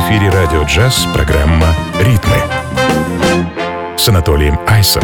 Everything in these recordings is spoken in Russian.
эфире «Радио Джаз» программа «Ритмы» с Анатолием Айсом.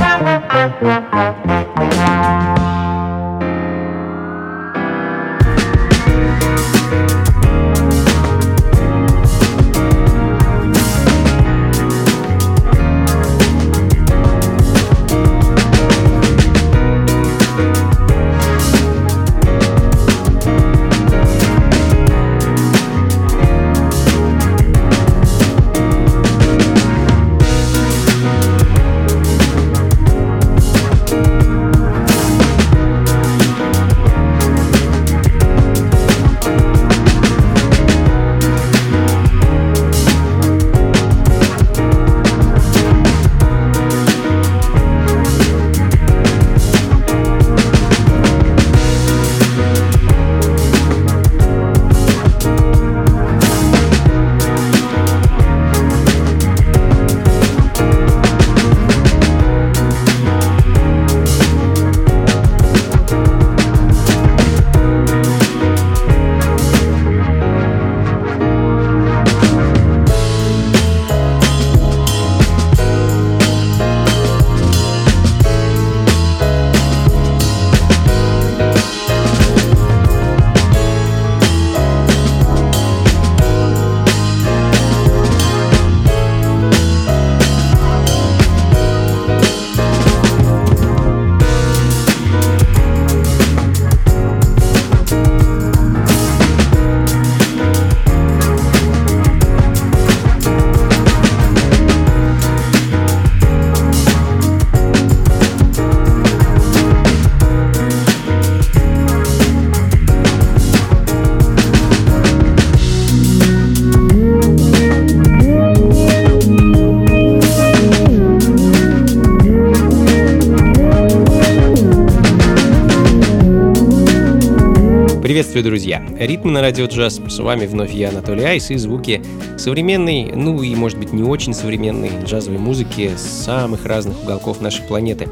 Приветствую, друзья! Ритмы на радио джаз. С вами вновь я, Анатолий Айс, и звуки современной, ну и, может быть, не очень современной джазовой музыки с самых разных уголков нашей планеты.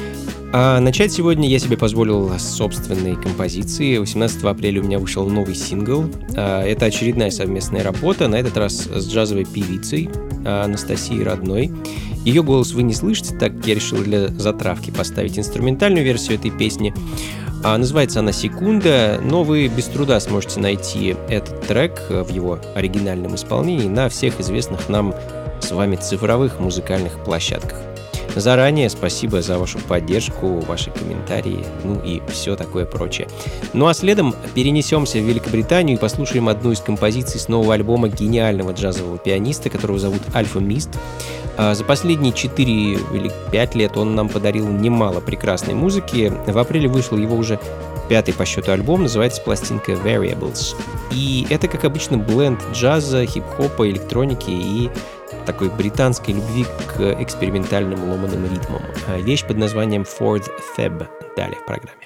А начать сегодня я себе позволил с собственной композиции. 18 апреля у меня вышел новый сингл. Это очередная совместная работа, на этот раз с джазовой певицей Анастасией Родной. Ее голос вы не слышите, так как я решил для затравки поставить инструментальную версию этой песни. Называется она «Секунда», но вы без труда сможете найти этот трек в его оригинальном исполнении на всех известных нам с вами цифровых музыкальных площадках. Заранее спасибо за вашу поддержку, ваши комментарии, ну и все такое прочее. Ну а следом перенесемся в Великобританию и послушаем одну из композиций с нового альбома гениального джазового пианиста, которого зовут Альфа Мист. За последние 4 или 5 лет он нам подарил немало прекрасной музыки. В апреле вышел его уже 5-й по счету альбом, называется пластинка Variables. И это, как обычно, бленд джаза, хип-хопа, электроники и такой британской любви к экспериментальным ломаным ритмам. Вещь под названием Fourth Feb. Далее в программе.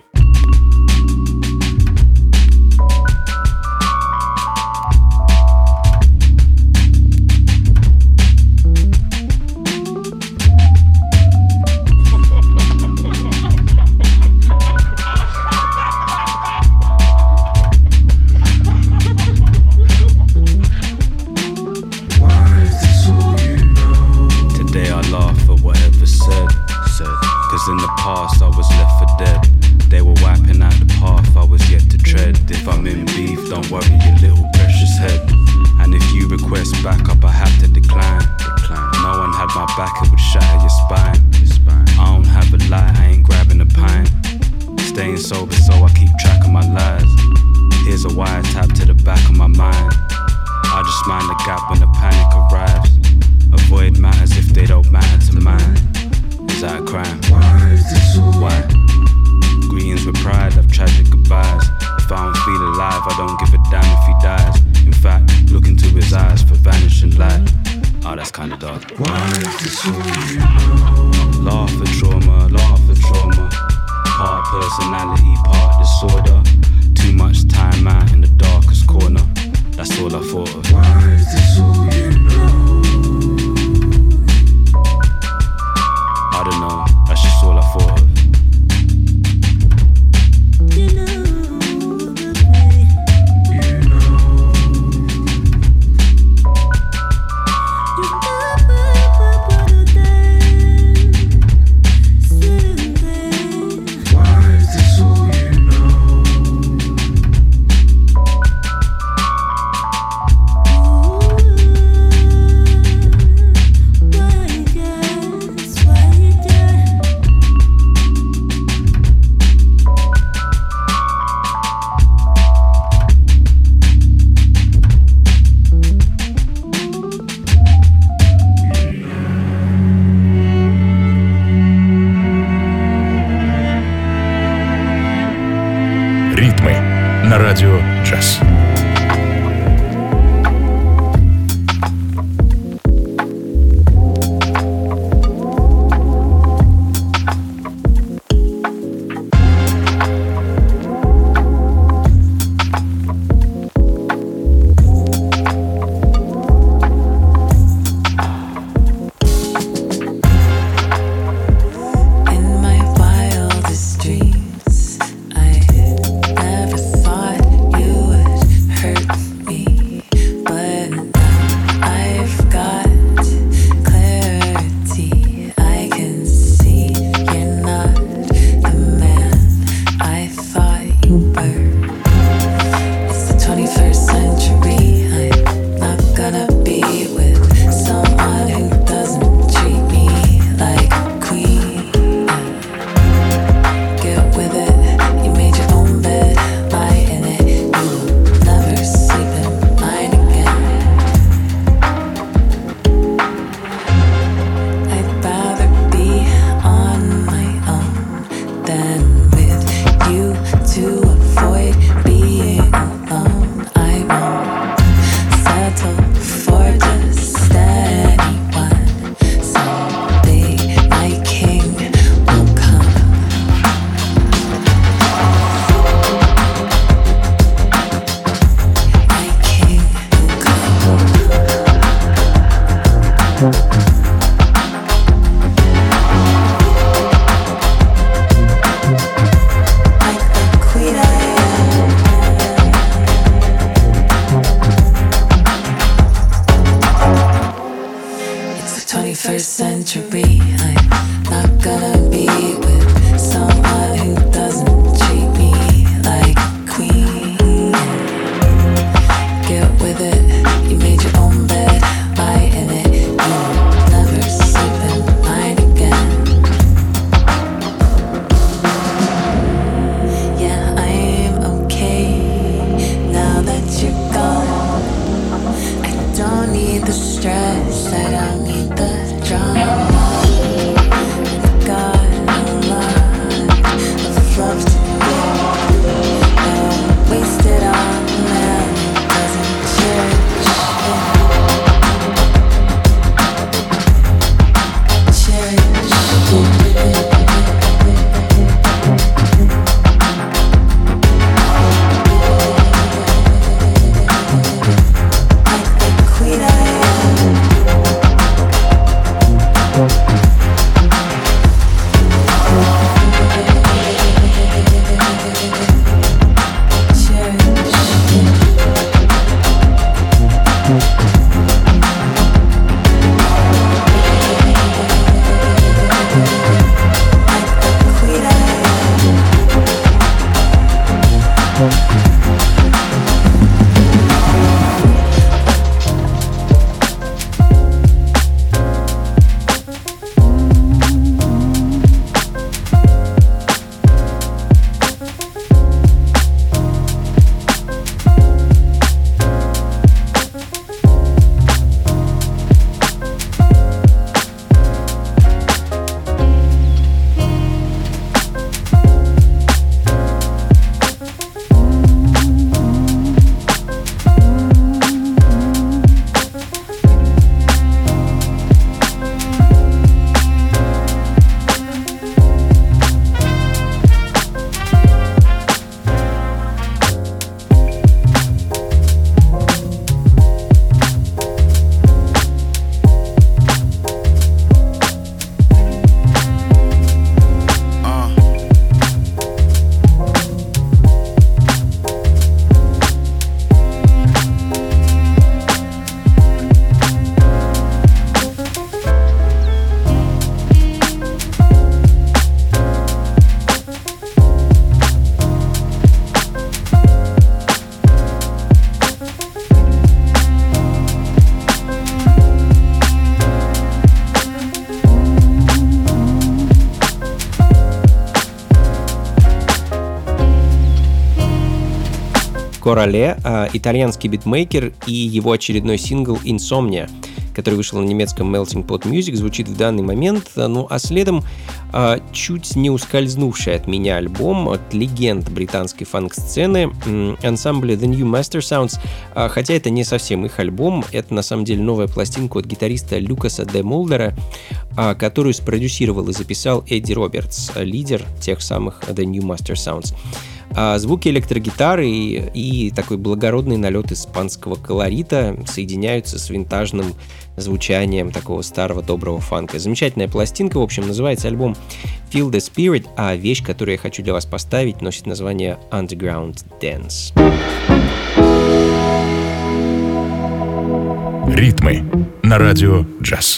In the past I was left for dead. They were wiping out the path I was yet to tread. If I'm in beef, don't worry your little precious head. And if you request backup, I have to decline. No one had my back, it would shatter your spine. I don't have a light, I ain't grabbing a pint. Staying sober so I keep track of my lies. Here's a wiretap to the back of my mind. I just mind the gap when the panic arrives. Avoid matters if they don't matter to mine. Is that a crime? Why is this all? Why? Greetings with pride, I've tragic goodbyes. If I don't feel alive, I don't give a damn if he dies. In fact, look into his eyes for vanishing light. Oh, that's kinda dark. Why is this all you know? Laugh at trauma, laugh at trauma. Part personality, part disorder. Too much time out in the darkest corner. That's all I thought of. Why is this all you know? I don't know, that's just all I thought of. радио «Джаз». Корале, итальянский битмейкер, и его очередной сингл «Insomnia». который вышел на немецком Melting Pot Music, звучит в данный момент. Ну а следом чуть не ускользнувший от меня альбом от легенд британской фанк-сцены ансамбля The New Master Sounds. Хотя это не совсем их альбом, это на самом деле новая пластинка от гитариста Люкаса Де Молдера, которую спродюсировал и записал Эдди Робертс, лидер тех самых The New Master Sounds. Звуки электрогитары и такой благородный налет испанского колорита соединяются с винтажным звучанием такого старого доброго фанка. Замечательная пластинка, в общем, называется альбом Feel the Spirit, а вещь, которую я хочу для вас поставить, носит название Underground Dance. Ритмы на радио «Джаз».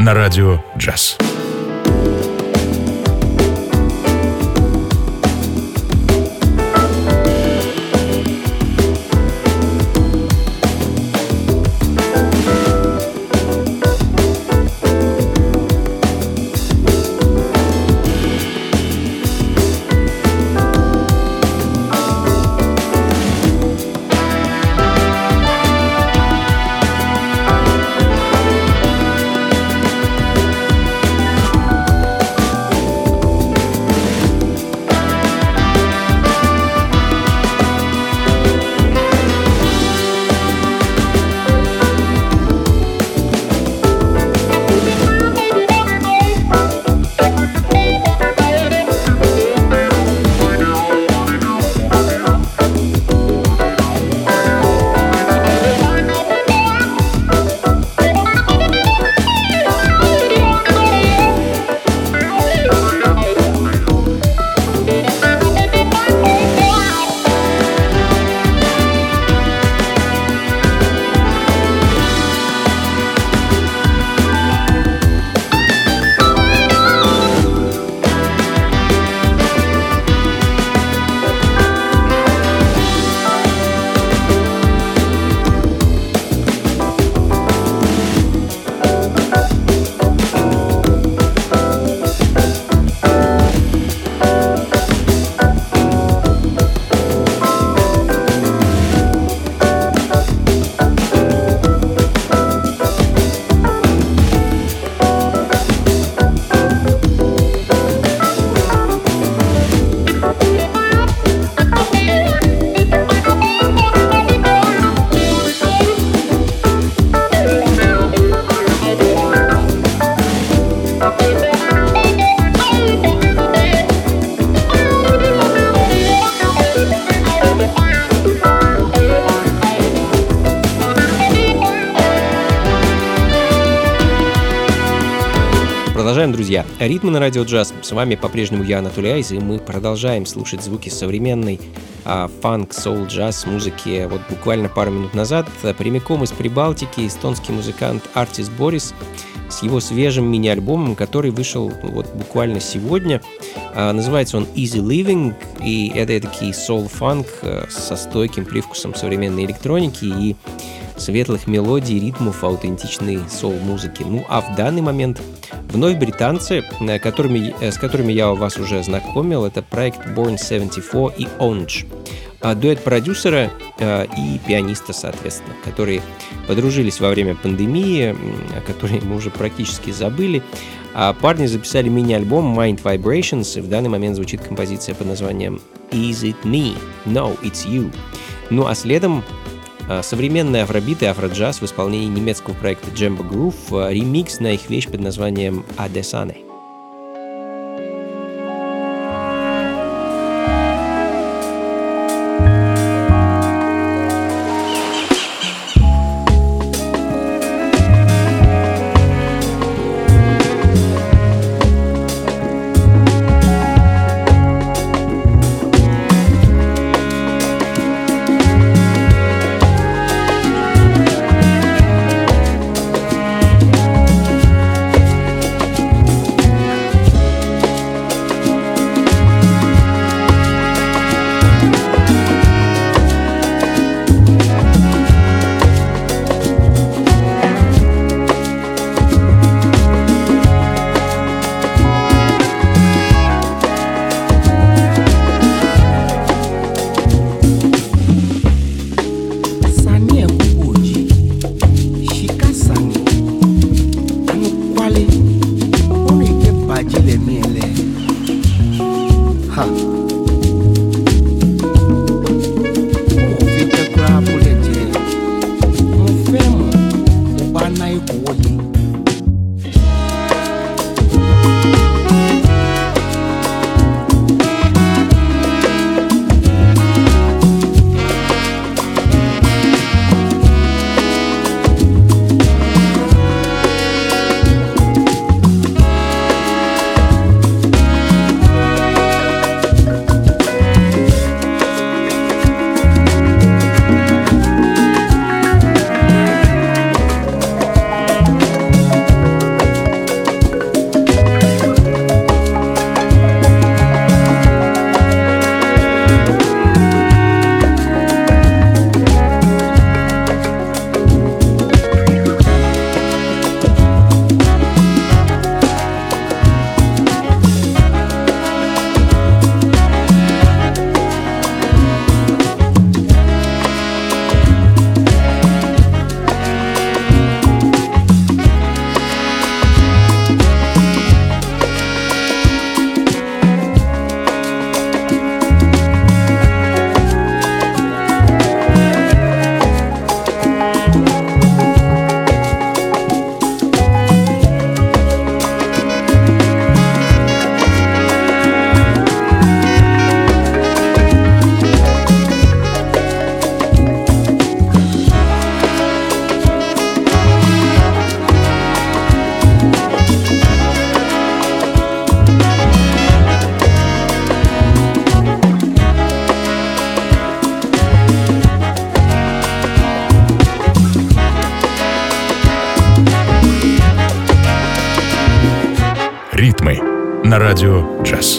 на радио «Джаз». Продолжаем, друзья. Ритмы на радио «Джаз». С вами по-прежнему я, Анатолий Айс, и мы продолжаем слушать звуки современной фанк, соул, джаз музыки. Вот буквально пару минут назад прямиком из Прибалтики эстонский музыкант Артис Борис с его свежим мини-альбомом, который вышел вот буквально сегодня. Называется он Easy Living, и это такие соул-фанк со стойким привкусом современной электроники и светлых мелодий, ритмов, аутентичной соул-музыки. Ну а в данный момент вновь британцы, с которыми я вас уже знакомил, это проект Born 74 и Orange. Дуэт продюсера и пианиста, соответственно, которые подружились во время пандемии, о которой мы уже практически забыли. Парни записали мини-альбом Mind Vibrations, и в данный момент звучит композиция под названием Is It Me? No, It's You. Ну а следом современный афробит и афроджаз в исполнении немецкого проекта Jumbo Groove, ремикс на их вещь под названием Adesane. на радио «Джаз».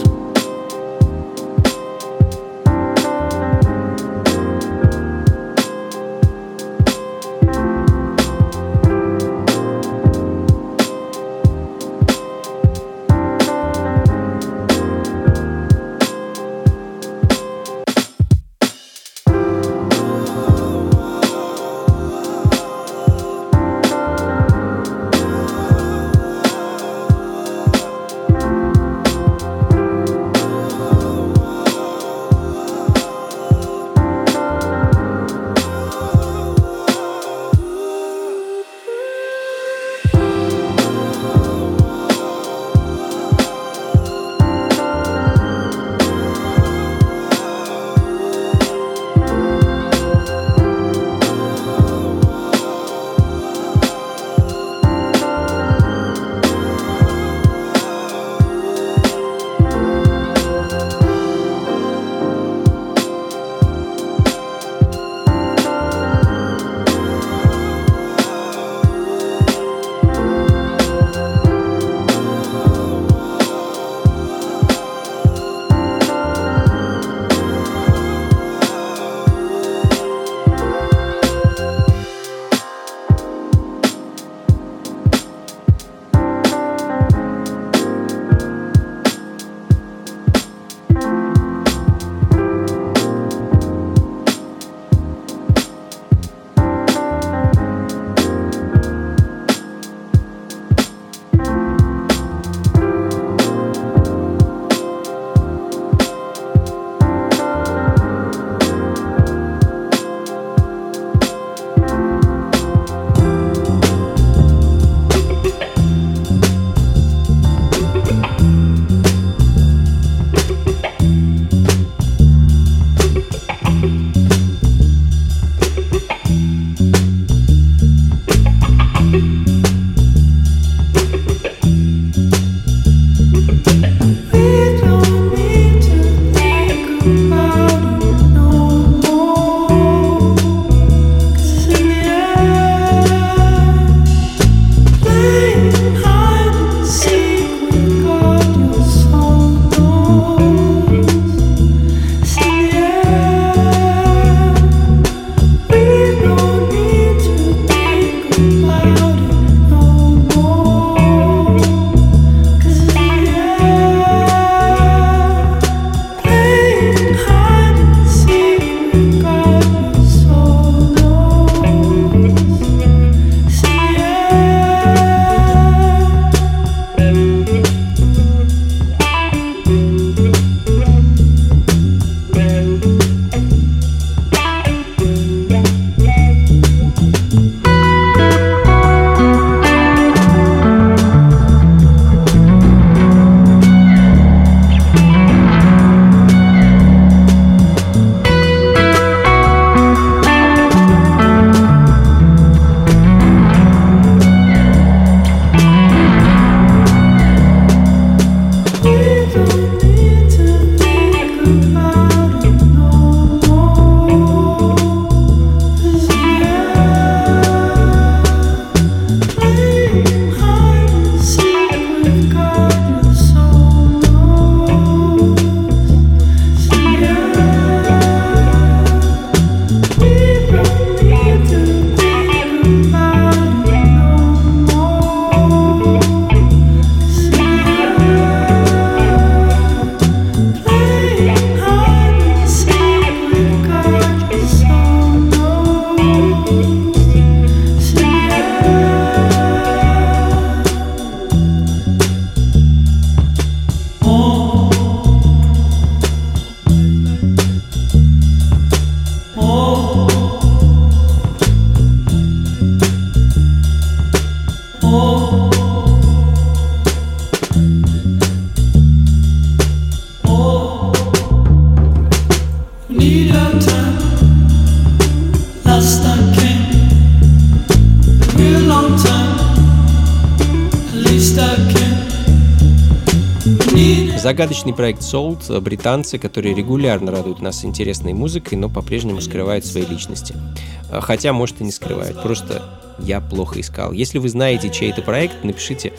Загадочный проект Salt, британцы, которые регулярно радуют нас интересной музыкой, но по-прежнему скрывают свои личности. Хотя, может, и не скрывают, просто я плохо искал. Если вы знаете чей-то проект, напишите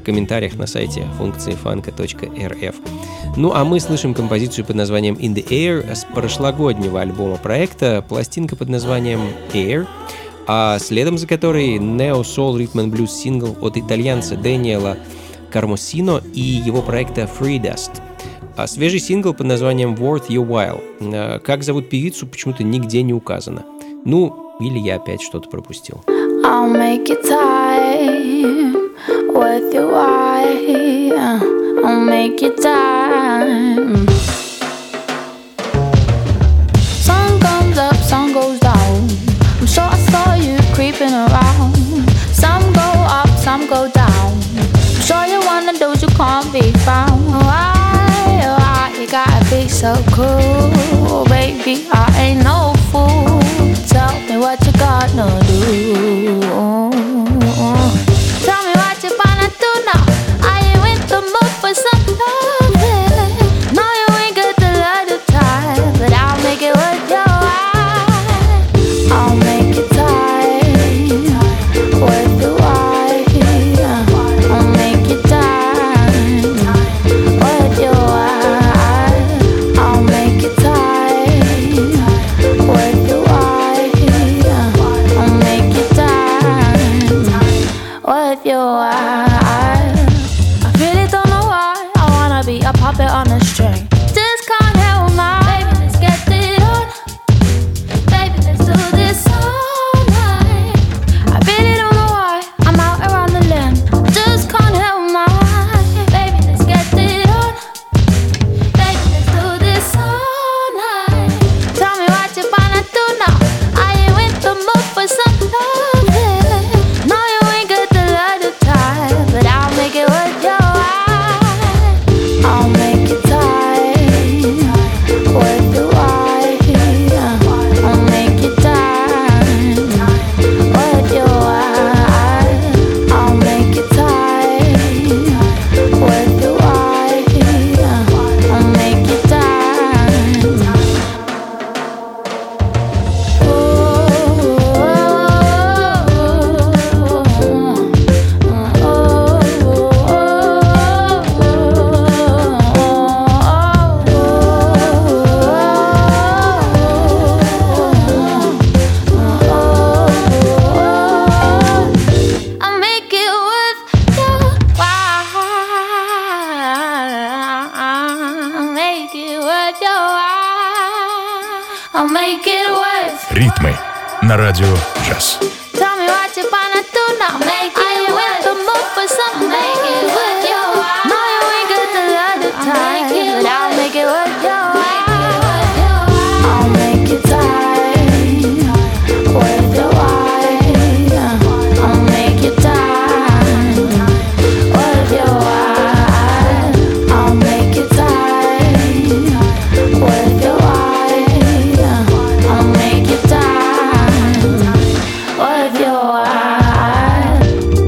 комментариях на сайте функции фанка.рф. Ну а мы слышим композицию под названием In the Air с прошлогоднего альбома проекта, пластинка под названием Air, а следом за которой Neo Soul Rhythm and Blues сингл от итальянца Дэниела Кармосино и его проекта Free Dust. А свежий сингл под названием Worth Your While. Как зовут певицу, почему-то нигде не указано. Ну, или я опять что-то пропустил. I'll make it time worth your while. I'll make it time. Sun comes up, sun goes down. I'm sure I saw you creeping around. Some go up, some go down. I'm sure you're one of those who can't be found. Why you gotta be so cool, baby? I ain't no fool. Tell me what you gonna do. Tell me what you wanna do now. Are you in the mood for some loving? No, you ain't got a lot of time, but I'll make it worth your while. I'll make it time worth your while. I'll make it time worth your while. I'll make it time worth your while. I'll make it time worth your while. I really don't know why I wanna be a puppet on a string. Just can't help my baby, let's get it on. Baby, let's do this all night. I really don't know why I'm out around the limb. Just can't help my baby, let's get it on. Baby, let's do this all night. Tell me what you wanna do now. Are you in the mood for some loving? No, you ain't got a lot of time, but I'll make it worth your while. I'll make it time worth your while. I'll make it time worth your while. I'll make it time worth your while. I'll make it time. I'll make it worth your while. I'll make it worth your while. I'll make it worth. Ритмы на радио джаз. Tell me what you wanna do now. Are you in the mood for something? Make it worth your while. No, you ain't got a lot of time, but I'll make it worth your while. I'll make it time worth your while. I'll make it time worth your while. I'll make it time worth your while. I'll make it time worth your while.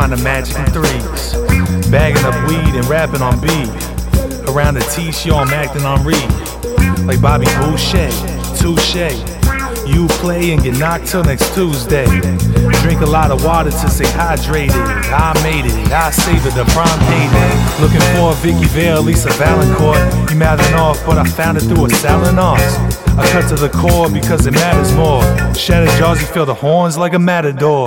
find the magic in threes. Bagging up weed and rapping on beat. Around the T-show, I'm acting on read. Like Bobby Boucher, touche. You play and get knocked till next Tuesday. Drink a lot of water to stay hydrated. I made it, I saved it, the prom payday. Looking for a Vicky Vale, Lisa Valancourt. You mouthing off, but I found it through a salad off. I cut to the core because it matters more. Shattered jaws, you feel the horns like a matador.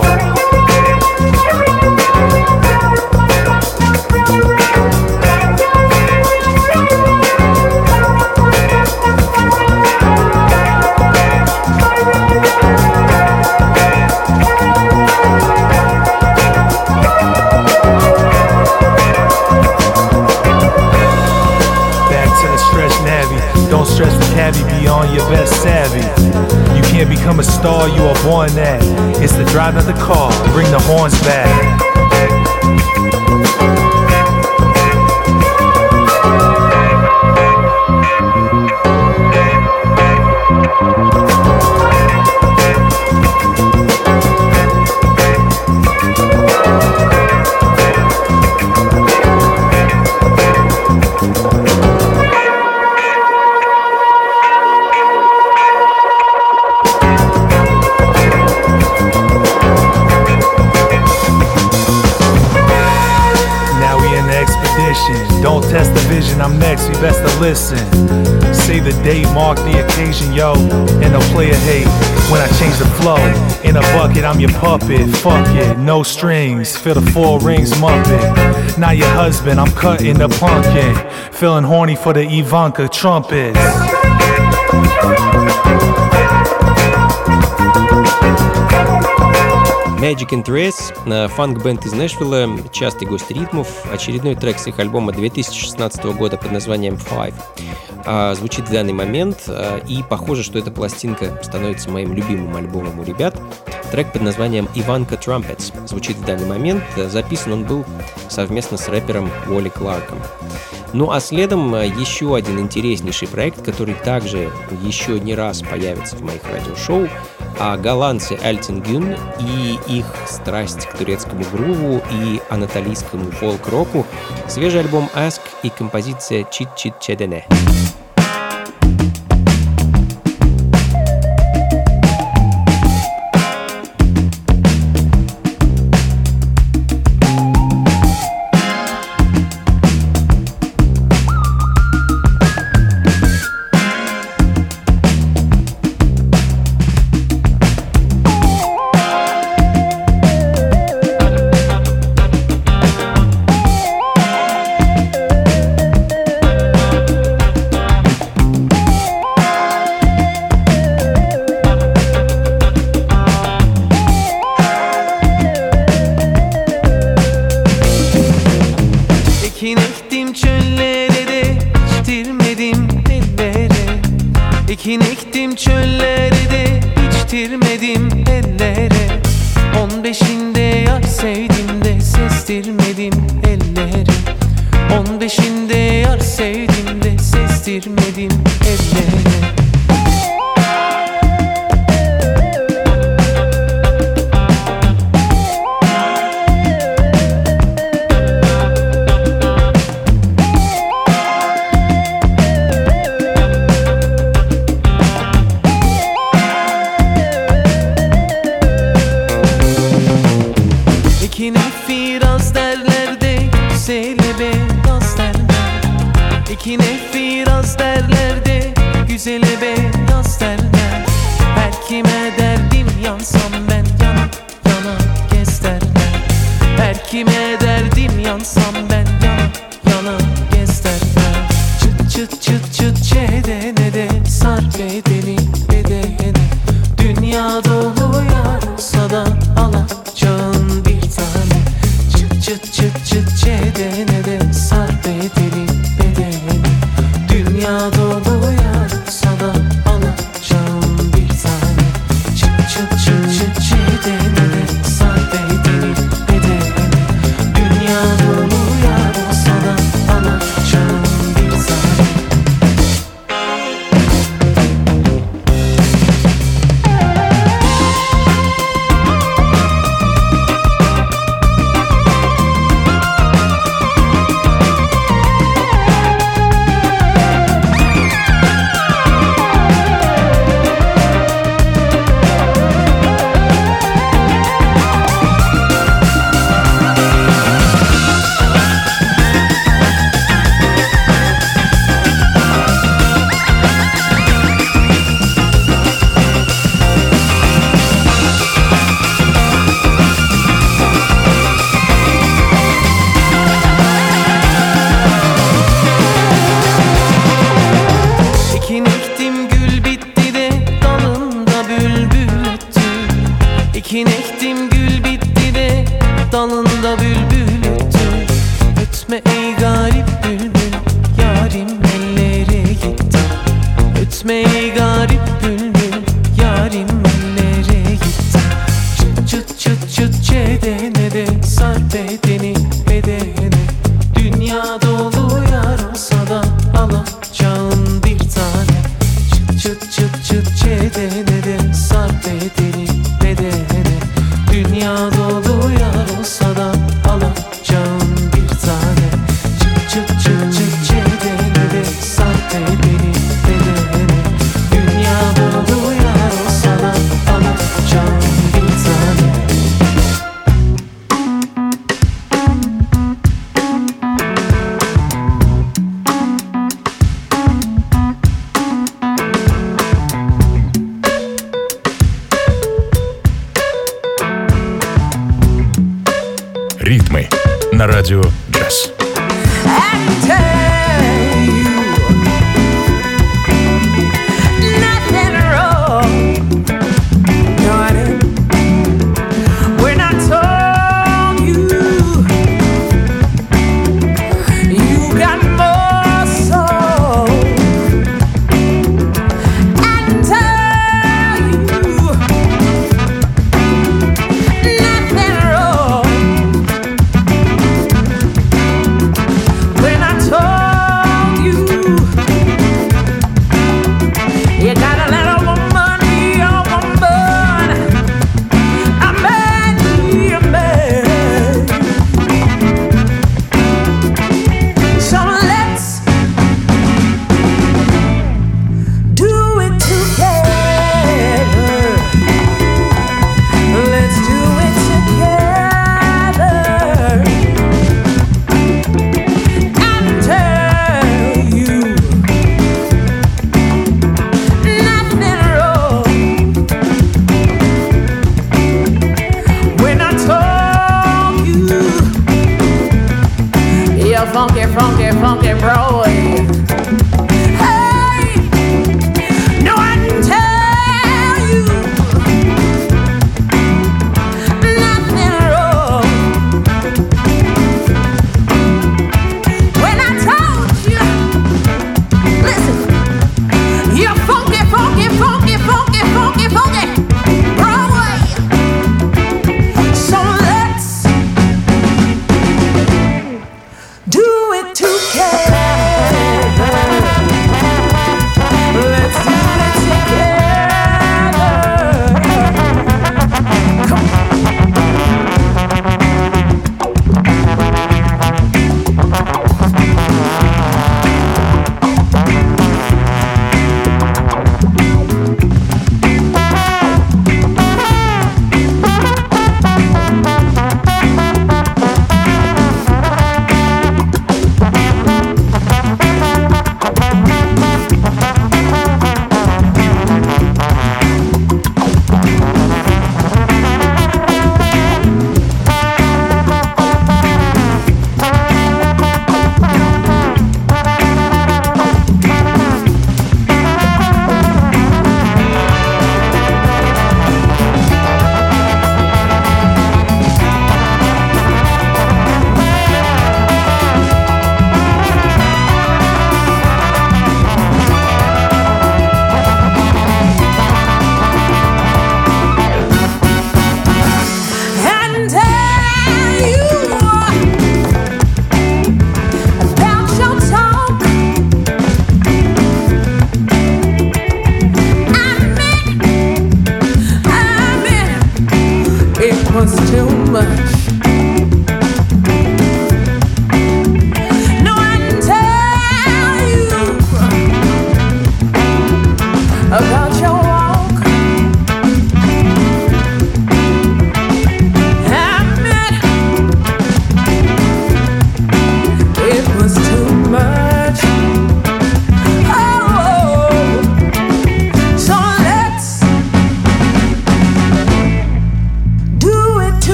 Don't stress with cabbie beyond your best savvy. You can't become a star, you are born that. It's the driving of the car, bring the horns back. Don't test the vision, I'm next, you best to listen. Say the date, mark the occasion, yo. And no player hate when I change the flow. In a bucket, I'm your puppet, fuck it, no strings. Feel the 4 rings, Muppet. Not your husband, I'm cutting the pumpkin. Feeling horny for the Ivanka trumpets. Magic and Trace, фанк-бенд из Нэшвилла, частый гость ритмов, очередной трек с их альбома 2016 года под названием Five. Звучит в данный момент, и похоже, что эта пластинка становится моим любимым альбомом у ребят. Трек под названием Ivanka Trumpets звучит в данный момент, записан он был совместно с рэпером Уолли Кларком. Ну а следом еще один интереснейший проект, который также еще не раз появится в моих радиошоу, голландцы Альтингюн и их страсть к турецкому груву и анатолийскому фолк-року, свежий альбом Ask и композиция Чит Чит Чедене. Ekin ektim çöllere de içtirmedim ellere. 15'inde yar sevdim de sestirmedim ellere. 15'inde yar sevdim de sestirmedim ellere. Ekine firaz derler de güzele beyaz derler. Her kime derdim yansam ben yana yana gez derler. Her kime derdim yansam ben yana yana gez derler. Çıt çıt çıt çıt çedene de sar bedeni bedene. Dünya dolu yar olsa da alacağın bir tane. Çıt çıt çıt çıt çedene de sar bedeni bedeni. Dünya dolu yarsa da alacağım bir tane. Çıt çıt çıt çıt çedene de sar bedeni bedeni. Dünya dolu yarsa da alacağım bir tane. ey garip bülbül, yarim ellere gitti. Ötme ey garip bülbül, yarim ellere gitti. Çıt çıt çıt çıt çedene de sar bedeni bedene. Dünya dolu yar olsa da alacağın bir tane. Çıt çıt çıt çıt çedene de sar bedeni bedene. Dünya dolu yar olsa da alacağın bir tane. Çıt çıt çıt çıt çedene de sar bedeni bedene. Dünya dolu yar olsa da alacağın bir tane. Ритмы на радио «Джаз». Do it together.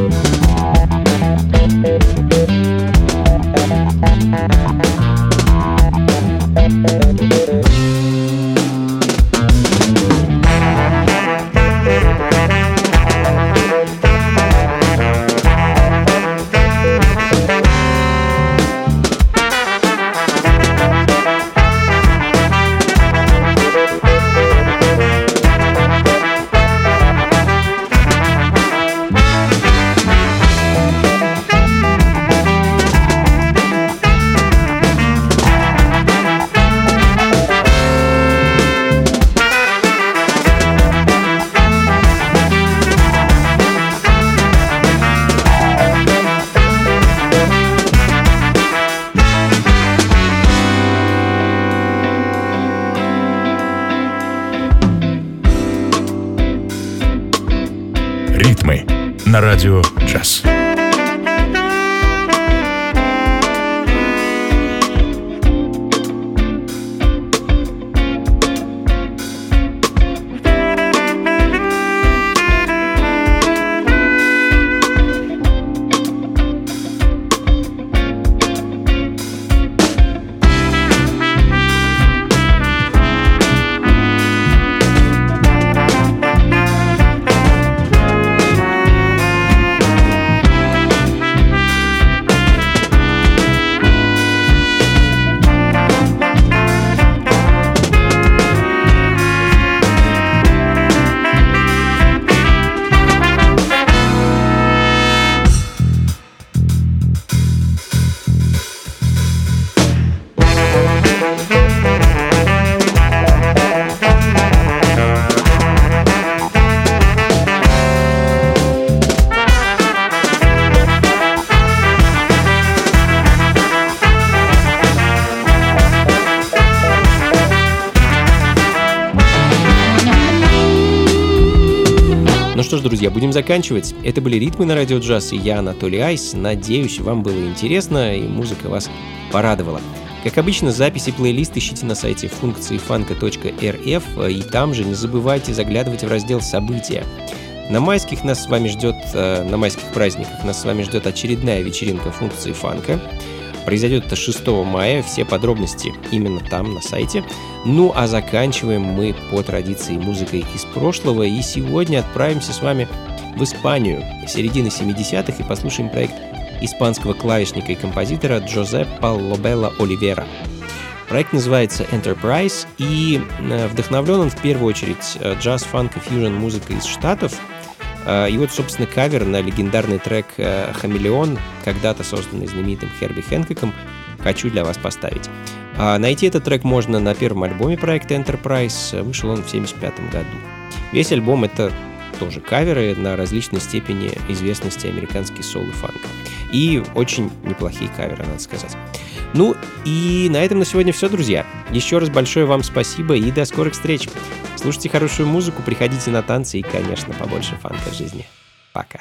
Ритмы на радио «Джаз». Ну что ж, друзья, будем заканчивать. Это были «Ритмы на радио джаз» и я, Анатолий Айс. Надеюсь, вам было интересно и музыка вас порадовала. Как обычно, записи и плейлист ищите на сайте функциифанка.рф, и там же не забывайте заглядывать в раздел «События». На майских праздниках нас с вами ждет очередная вечеринка функции фанка. Произойдет это 6 мая, все подробности именно там, на сайте. Ну а заканчиваем мы по традиции музыкой из прошлого, и сегодня отправимся с вами в Испанию, середины 70-х, и послушаем проект испанского клавишника и композитора Джозепа Лобела Оливера. Проект называется Enterprise, и вдохновлен он в первую очередь джаз, фанк и фьюжн музыкой из Штатов. И вот, собственно, кавер на легендарный трек «Хамелеон», когда-то созданный знаменитым Херби Хэнкоком, хочу для вас поставить. Найти этот трек можно на первом альбоме проекта Enterprise, вышел он в 1975 году. Весь альбом — это тоже каверы на различной степени известности американский соул и фанк. И очень неплохие каверы, надо сказать. Ну и на этом на сегодня все, друзья. Еще раз большое вам спасибо и до скорых встреч. Слушайте хорошую музыку, приходите на танцы и, конечно, побольше фанка в жизни. Пока.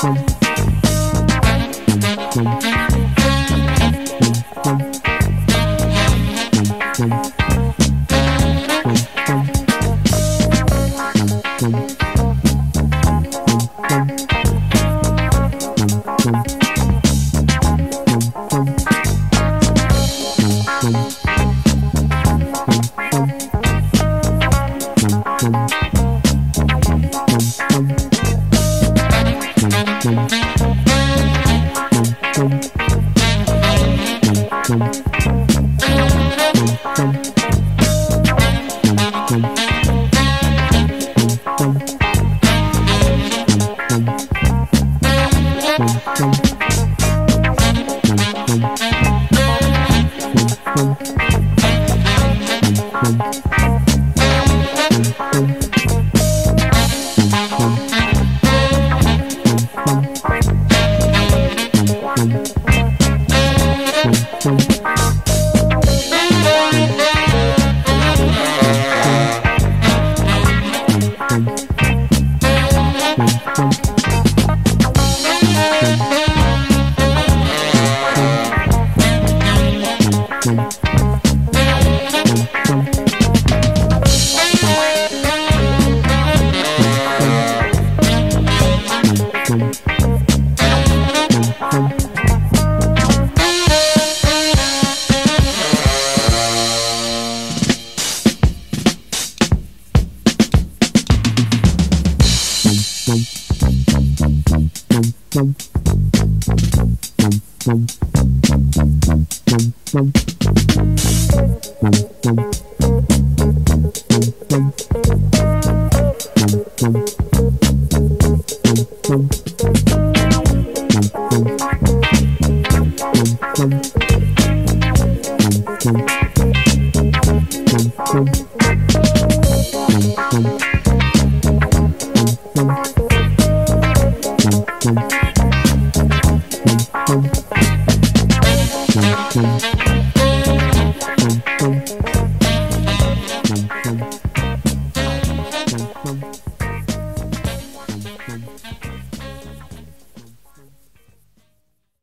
Thank you.